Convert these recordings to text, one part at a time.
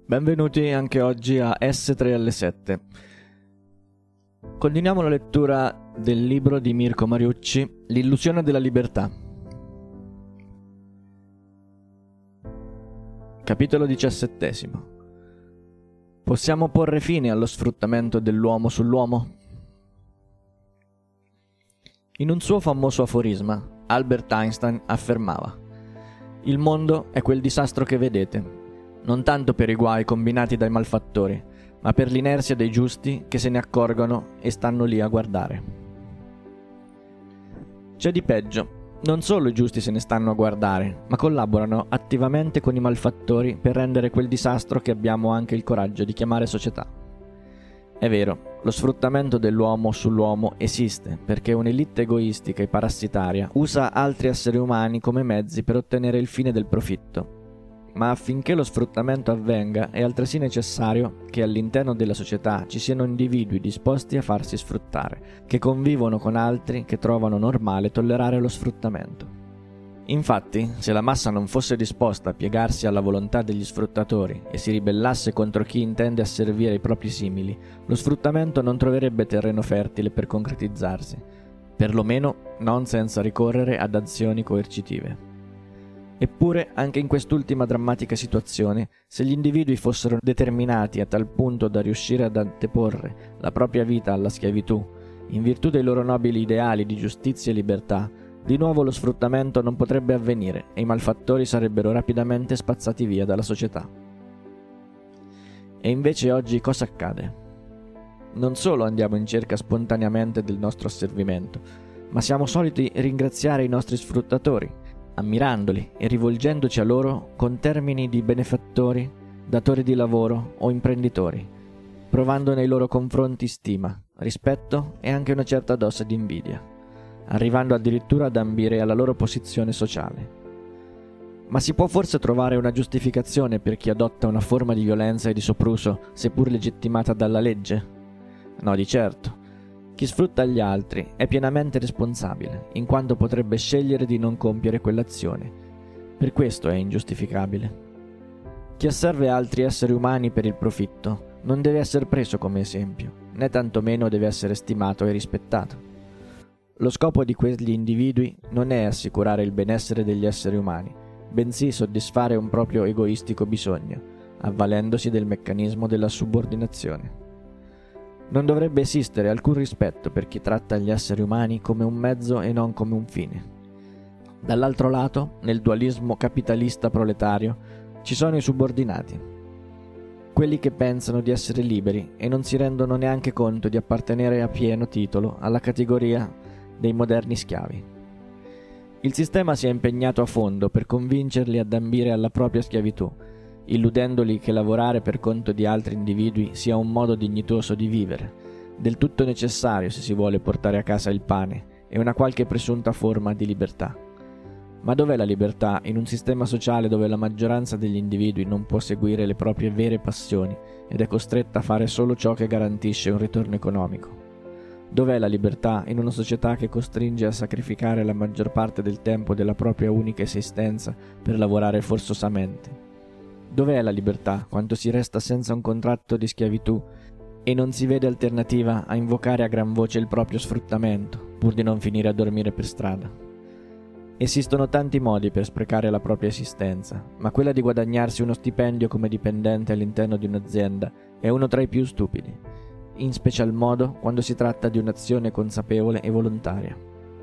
Benvenuti anche oggi a S3L7. Continuiamo la lettura del libro di Mirko Mariucci, L'illusione della libertà. Capitolo 17. Possiamo porre fine allo sfruttamento dell'uomo sull'uomo? In un suo famoso aforisma, Albert Einstein affermava: «Il mondo è quel disastro che vedete, non tanto per i guai combinati dai malfattori, ma per l'inerzia dei giusti che se ne accorgono e stanno lì a guardare». C'è di peggio. Non solo i giusti se ne stanno a guardare, ma collaborano attivamente con i malfattori per rendere quel disastro che abbiamo anche il coraggio di chiamare società. È vero, lo sfruttamento dell'uomo sull'uomo esiste perché un'elite egoistica e parassitaria usa altri esseri umani come mezzi per ottenere il fine del profitto. Ma affinché lo sfruttamento avvenga è altresì necessario che all'interno della società ci siano individui disposti a farsi sfruttare, che convivono con altri che trovano normale tollerare lo sfruttamento. Infatti, se la massa non fosse disposta a piegarsi alla volontà degli sfruttatori e si ribellasse contro chi intende asservire i propri simili, lo sfruttamento non troverebbe terreno fertile per concretizzarsi, perlomeno non senza ricorrere ad azioni coercitive. Eppure, anche in quest'ultima drammatica situazione, se gli individui fossero determinati a tal punto da riuscire ad anteporre la propria vita alla schiavitù, in virtù dei loro nobili ideali di giustizia e libertà, di nuovo lo sfruttamento non potrebbe avvenire e i malfattori sarebbero rapidamente spazzati via dalla società. E invece oggi cosa accade? Non solo andiamo in cerca spontaneamente del nostro asservimento, ma siamo soliti ringraziare i nostri sfruttatori, ammirandoli e rivolgendoci a loro con termini di benefattori, datori di lavoro o imprenditori, provando nei loro confronti stima, rispetto e anche una certa dose di invidia, arrivando addirittura ad ambire alla loro posizione sociale. Ma si può forse trovare una giustificazione per chi adotta una forma di violenza e di sopruso, seppur legittimata dalla legge? No, di certo. Chi sfrutta gli altri è pienamente responsabile, in quanto potrebbe scegliere di non compiere quell'azione. Per questo è ingiustificabile. Chi asserve altri esseri umani per il profitto non deve essere preso come esempio, né tantomeno deve essere stimato e rispettato. Lo scopo di quegli individui non è assicurare il benessere degli esseri umani, bensì soddisfare un proprio egoistico bisogno, avvalendosi del meccanismo della subordinazione. Non dovrebbe esistere alcun rispetto per chi tratta gli esseri umani come un mezzo e non come un fine. Dall'altro lato, nel dualismo capitalista-proletario, ci sono i subordinati, quelli che pensano di essere liberi e non si rendono neanche conto di appartenere a pieno titolo alla categoria dei moderni schiavi. Il sistema si è impegnato a fondo per convincerli ad ambire alla propria schiavitù, illudendoli che lavorare per conto di altri individui sia un modo dignitoso di vivere, del tutto necessario se si vuole portare a casa il pane e una qualche presunta forma di libertà. Ma dov'è la libertà in un sistema sociale dove la maggioranza degli individui non può seguire le proprie vere passioni ed è costretta a fare solo ciò che garantisce un ritorno economico? Dov'è la libertà in una società che costringe a sacrificare la maggior parte del tempo della propria unica esistenza per lavorare forzosamente? Dov'è la libertà quando si resta senza un contratto di schiavitù e non si vede alternativa a invocare a gran voce il proprio sfruttamento, pur di non finire a dormire per strada? Esistono tanti modi per sprecare la propria esistenza, ma quella di guadagnarsi uno stipendio come dipendente all'interno di un'azienda è uno tra i più stupidi, in special modo quando si tratta di un'azione consapevole e volontaria.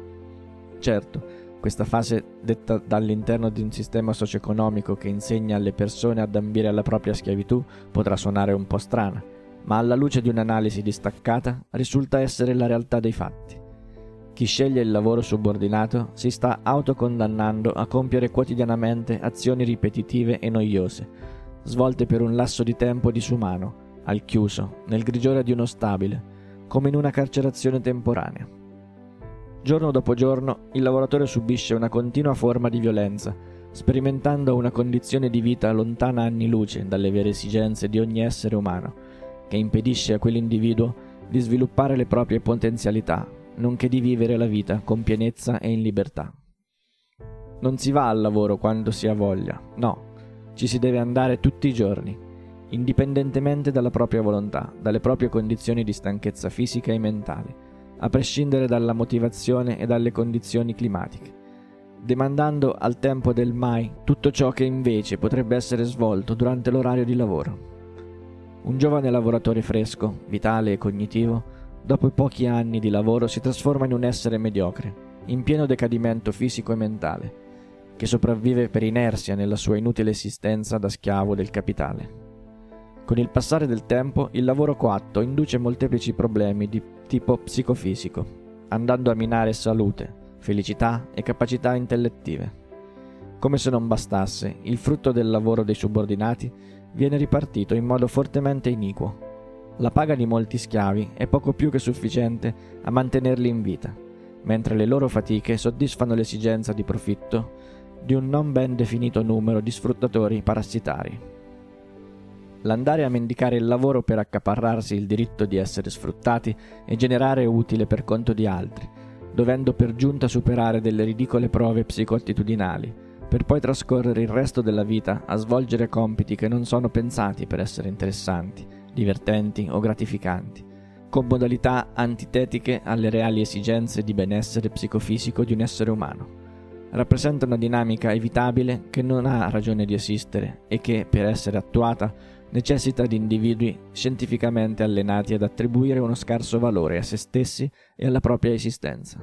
Certo, questa fase detta dall'interno di un sistema socio-economico che insegna alle persone ad ambire alla propria schiavitù potrà suonare un po' strana, ma alla luce di un'analisi distaccata risulta essere la realtà dei fatti. Chi sceglie il lavoro subordinato si sta autocondannando a compiere quotidianamente azioni ripetitive e noiose, svolte per un lasso di tempo disumano, al chiuso, nel grigiore di uno stabile, come in una carcerazione temporanea. Giorno dopo giorno il lavoratore subisce una continua forma di violenza, sperimentando una condizione di vita lontana anni luce dalle vere esigenze di ogni essere umano, che impedisce a quell'individuo di sviluppare le proprie potenzialità, nonché di vivere la vita con pienezza e in libertà. Non si va al lavoro quando si ha voglia, no, ci si deve andare tutti i giorni. indipendentemente dalla propria volontà, dalle proprie condizioni di stanchezza fisica e mentale, a prescindere dalla motivazione e dalle condizioni climatiche, demandando al tempo del mai tutto ciò che invece potrebbe essere svolto durante l'orario di lavoro. Un giovane lavoratore fresco, vitale e cognitivo, dopo pochi anni di lavoro si trasforma in un essere mediocre, in pieno decadimento fisico e mentale, che sopravvive per inerzia nella sua inutile esistenza da schiavo del capitale. Con il passare del tempo, il lavoro coatto induce molteplici problemi di tipo psicofisico, andando a minare salute, felicità e capacità intellettive. Come se non bastasse, il frutto del lavoro dei subordinati viene ripartito in modo fortemente iniquo. La paga di molti schiavi è poco più che sufficiente a mantenerli in vita, mentre le loro fatiche soddisfano l'esigenza di profitto di un non ben definito numero di sfruttatori parassitari. L'andare a mendicare il lavoro per accaparrarsi il diritto di essere sfruttati e generare utile per conto di altri, dovendo per giunta superare delle ridicole prove psicoattitudinali, per poi trascorrere il resto della vita a svolgere compiti che non sono pensati per essere interessanti, divertenti o gratificanti, con modalità antitetiche alle reali esigenze di benessere psicofisico di un essere umano. Rappresenta una dinamica evitabile che non ha ragione di esistere e che, per essere attuata, necessita di individui scientificamente allenati ad attribuire uno scarso valore a se stessi e alla propria esistenza.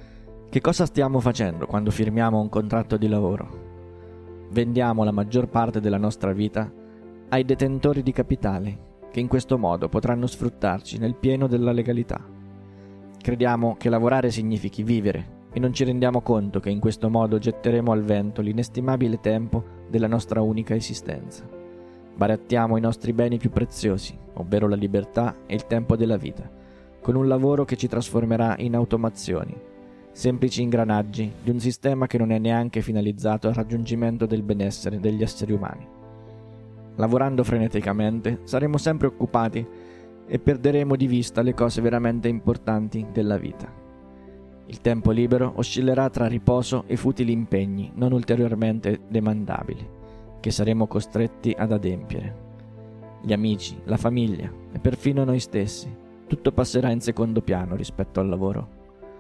Che cosa stiamo facendo quando firmiamo un contratto di lavoro? Vendiamo la maggior parte della nostra vita ai detentori di capitale, che in questo modo potranno sfruttarci nel pieno della legalità. Crediamo che lavorare significhi vivere e non ci rendiamo conto che in questo modo getteremo al vento l'inestimabile tempo della nostra unica esistenza. Barattiamo i nostri beni più preziosi, ovvero la libertà e il tempo della vita, con un lavoro che ci trasformerà in automazioni, semplici ingranaggi di un sistema che non è neanche finalizzato al raggiungimento del benessere degli esseri umani. Lavorando freneticamente, saremo sempre occupati e perderemo di vista le cose veramente importanti della vita. Il tempo libero oscillerà tra riposo e futili impegni non ulteriormente demandabili, che saremo costretti ad adempiere. Gli amici, la famiglia e perfino noi stessi, tutto passerà in secondo piano rispetto al lavoro.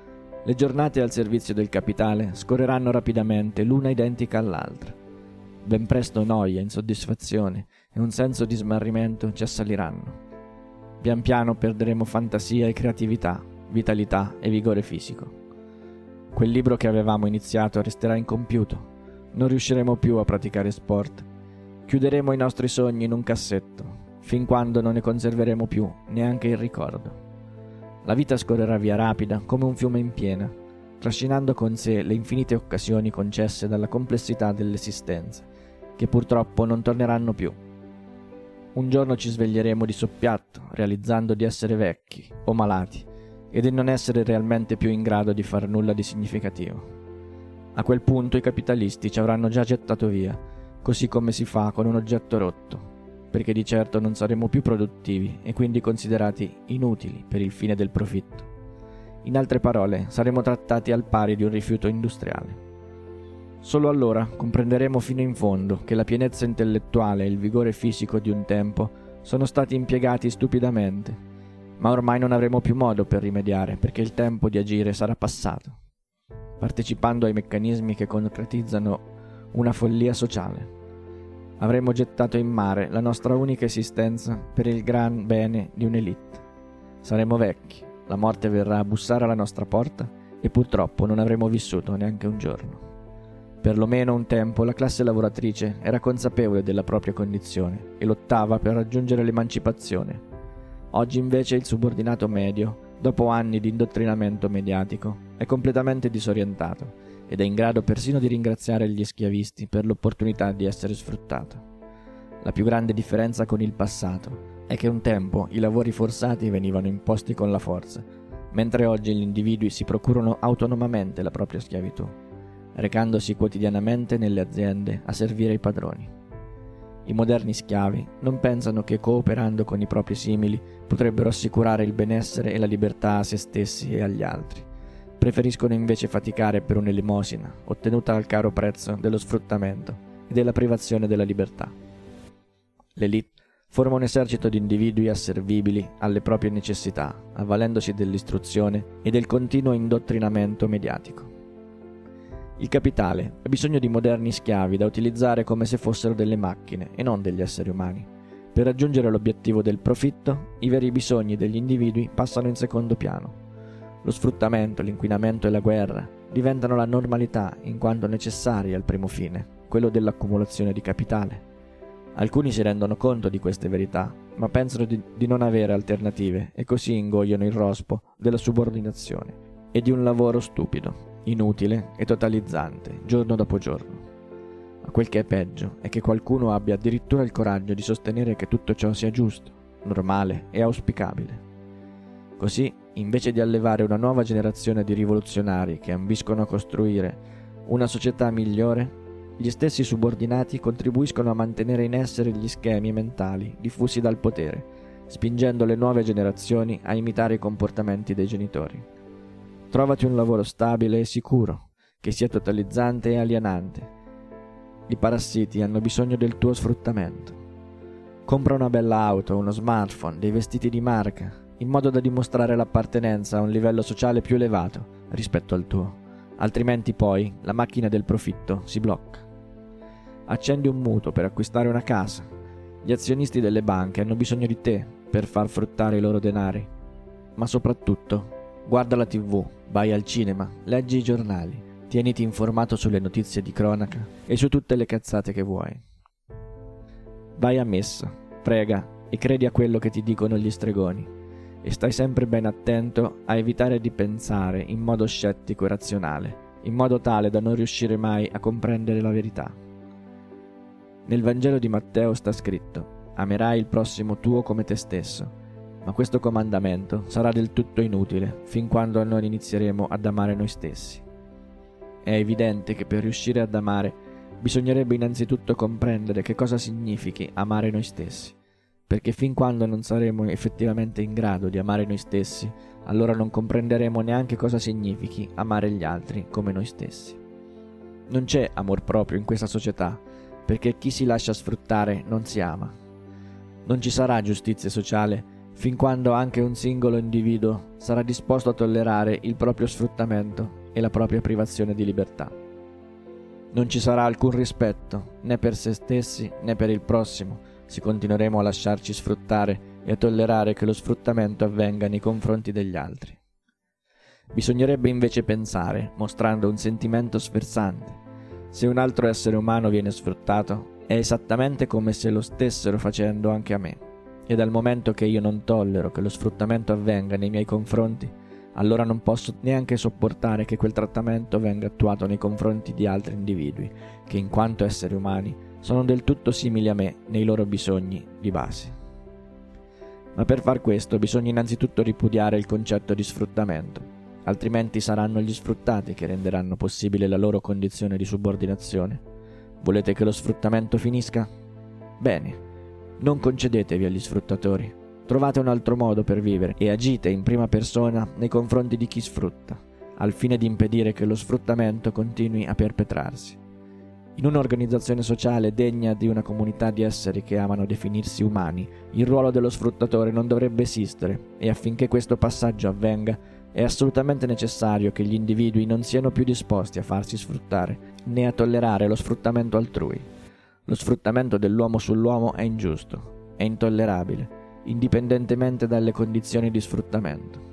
Le giornate al servizio del capitale scorreranno rapidamente l'una identica all'altra. Ben presto noia, insoddisfazione e un senso di smarrimento ci assaliranno. Pian piano perderemo fantasia e creatività, vitalità e vigore fisico. Quel libro che avevamo iniziato resterà incompiuto. Non riusciremo più a praticare sport. Chiuderemo i nostri sogni in un cassetto, fin quando non ne conserveremo più neanche il ricordo. La vita scorrerà via rapida come un fiume in piena, trascinando con sé le infinite occasioni concesse dalla complessità dell'esistenza, che purtroppo non torneranno più. Un giorno ci sveglieremo di soppiatto, realizzando di essere vecchi o malati e di non essere realmente più in grado di far nulla di significativo. A quel punto i capitalisti ci avranno già gettato via, così come si fa con un oggetto rotto, perché di certo non saremo più produttivi e quindi considerati inutili per il fine del profitto. In altre parole, saremo trattati al pari di un rifiuto industriale. Solo allora comprenderemo fino in fondo che la pienezza intellettuale e il vigore fisico di un tempo sono stati impiegati stupidamente, ma ormai non avremo più modo per rimediare perché il tempo di agire sarà passato, partecipando ai meccanismi che concretizzano una follia sociale. Avremo gettato in mare la nostra unica esistenza per il gran bene di un'elite. Saremo vecchi, la morte verrà a bussare alla nostra porta e purtroppo non avremo vissuto neanche un giorno. Perlomeno un tempo la classe lavoratrice era consapevole della propria condizione e lottava per raggiungere l'emancipazione. Oggi invece il subordinato medio, dopo anni di indottrinamento mediatico, è completamente disorientato ed è in grado persino di ringraziare gli schiavisti per l'opportunità di essere sfruttato. La più grande differenza con il passato è che un tempo i lavori forzati venivano imposti con la forza, mentre oggi gli individui si procurano autonomamente la propria schiavitù, recandosi quotidianamente nelle aziende a servire i padroni. I moderni schiavi non pensano che cooperando con i propri simili potrebbero assicurare il benessere e la libertà a se stessi e agli altri. Preferiscono invece faticare per un'elemosina ottenuta al caro prezzo dello sfruttamento e della privazione della libertà. L'élite Forma un esercito di individui asservibili alle proprie necessità, avvalendosi dell'istruzione e del continuo indottrinamento mediatico. Il capitale ha bisogno di moderni schiavi da utilizzare come se fossero delle macchine e non degli esseri umani. Per raggiungere l'obiettivo del profitto, i veri bisogni degli individui passano in secondo piano. Lo sfruttamento, l'inquinamento e la guerra diventano la normalità in quanto necessari al primo fine, quello dell'accumulazione di capitale. Alcuni si rendono conto di queste verità, ma pensano di non avere alternative e così ingoiano il rospo della subordinazione e di un lavoro stupido, inutile e totalizzante, giorno dopo giorno. Ma quel che è peggio è che qualcuno abbia addirittura il coraggio di sostenere che tutto ciò sia giusto, normale e auspicabile. Così, invece di allevare una nuova generazione di rivoluzionari che ambiscono a costruire una società migliore, gli stessi subordinati contribuiscono a mantenere in essere gli schemi mentali diffusi dal potere, spingendo le nuove generazioni a imitare i comportamenti dei genitori. Trovati un lavoro stabile e sicuro, che sia totalizzante e alienante. I parassiti hanno bisogno del tuo sfruttamento. Compra una bella auto, uno smartphone, dei vestiti di marca, in modo da dimostrare l'appartenenza a un livello sociale più elevato rispetto al tuo. Altrimenti poi la macchina del profitto si blocca. Accendi un mutuo per acquistare una casa. Gli azionisti delle banche hanno bisogno di te per far fruttare i loro denari. Ma soprattutto, guarda la TV, vai al cinema, leggi i giornali, tieniti informato sulle notizie di cronaca e su tutte le cazzate che vuoi. Vai a messa, prega e credi a quello che ti dicono gli stregoni e stai sempre ben attento a evitare di pensare in modo scettico e razionale, in modo tale da non riuscire mai a comprendere la verità. Nel Vangelo di Matteo sta scritto: amerai il prossimo tuo come te stesso, ma questo comandamento sarà del tutto inutile fin quando non inizieremo ad amare noi stessi. È evidente che per riuscire ad amare bisognerebbe innanzitutto comprendere che cosa significhi amare noi stessi, perché fin quando non saremo effettivamente in grado di amare noi stessi, allora non comprenderemo neanche cosa significhi amare gli altri come noi stessi. Non c'è amor proprio in questa società, perché chi si lascia sfruttare non si ama. Non ci sarà giustizia sociale fin quando anche un singolo individuo sarà disposto a tollerare il proprio sfruttamento e la propria privazione di libertà. Non ci sarà alcun rispetto, né per se stessi né per il prossimo, se continueremo a lasciarci sfruttare e a tollerare che lo sfruttamento avvenga nei confronti degli altri. Bisognerebbe invece pensare, mostrando un sentimento sferzante: se un altro essere umano viene sfruttato, è esattamente come se lo stessero facendo anche a me. E dal momento che io non tollero che lo sfruttamento avvenga nei miei confronti, allora non posso neanche sopportare che quel trattamento venga attuato nei confronti di altri individui, che in quanto esseri umani sono del tutto simili a me nei loro bisogni di base. Ma per far questo bisogna innanzitutto ripudiare il concetto di sfruttamento. Altrimenti saranno gli sfruttati che renderanno possibile la loro condizione di subordinazione. Volete che lo sfruttamento finisca? Bene, non concedetevi agli sfruttatori. Trovate un altro modo per vivere e agite in prima persona nei confronti di chi sfrutta, al fine di impedire che lo sfruttamento continui a perpetrarsi. In un'organizzazione sociale degna di una comunità di esseri che amano definirsi umani, il ruolo dello sfruttatore non dovrebbe esistere e affinché questo passaggio avvenga è assolutamente necessario che gli individui non siano più disposti a farsi sfruttare né a tollerare lo sfruttamento altrui. Lo sfruttamento dell'uomo sull'uomo è ingiusto, è intollerabile, indipendentemente dalle condizioni di sfruttamento.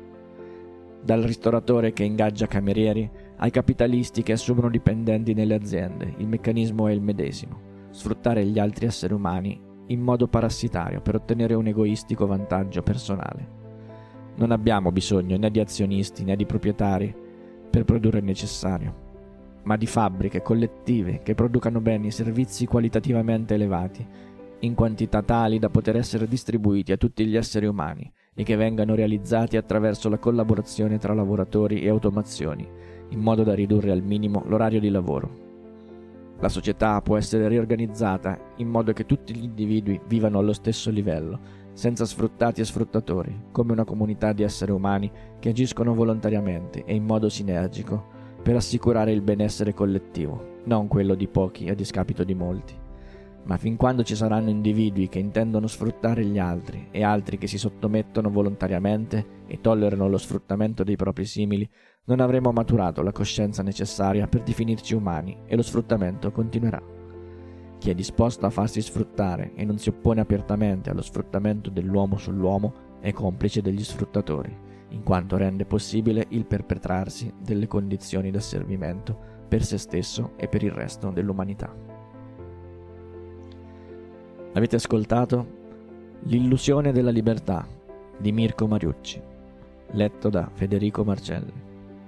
Dal ristoratore che ingaggia camerieri ai capitalisti che assumono dipendenti nelle aziende, il meccanismo è il medesimo: sfruttare gli altri esseri umani in modo parassitario per ottenere un egoistico vantaggio personale. Non abbiamo bisogno né di azionisti né di proprietari per produrre il necessario, ma di fabbriche collettive che producano beni e servizi qualitativamente elevati, in quantità tali da poter essere distribuiti a tutti gli esseri umani e che vengano realizzati attraverso la collaborazione tra lavoratori e automazioni, in modo da ridurre al minimo l'orario di lavoro. La società può essere riorganizzata in modo che tutti gli individui vivano allo stesso livello, senza sfruttati e sfruttatori, come una comunità di esseri umani che agiscono volontariamente e in modo sinergico per assicurare il benessere collettivo, non quello di pochi a discapito di molti. Ma fin quando ci saranno individui che intendono sfruttare gli altri e altri che si sottomettono volontariamente e tollerano lo sfruttamento dei propri simili, non avremo maturato la coscienza necessaria per definirci umani e lo sfruttamento continuerà. Chi è disposto a farsi sfruttare e non si oppone apertamente allo sfruttamento dell'uomo sull'uomo è complice degli sfruttatori, in quanto rende possibile il perpetrarsi delle condizioni d'asservimento per se stesso e per il resto dell'umanità. Avete ascoltato L'illusione della libertà di Mirko Mariucci, letto da Federico Marcelli.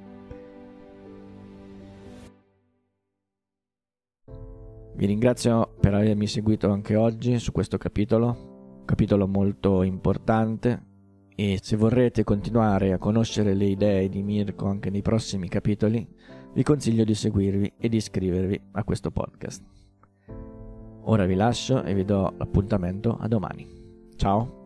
Vi ringrazio per avermi seguito anche oggi su questo capitolo molto importante, e se vorrete continuare a conoscere le idee di Mirko anche nei prossimi capitoli, vi consiglio di seguirvi e di iscrivervi a questo podcast. Ora vi lascio e vi do l'appuntamento a domani. Ciao!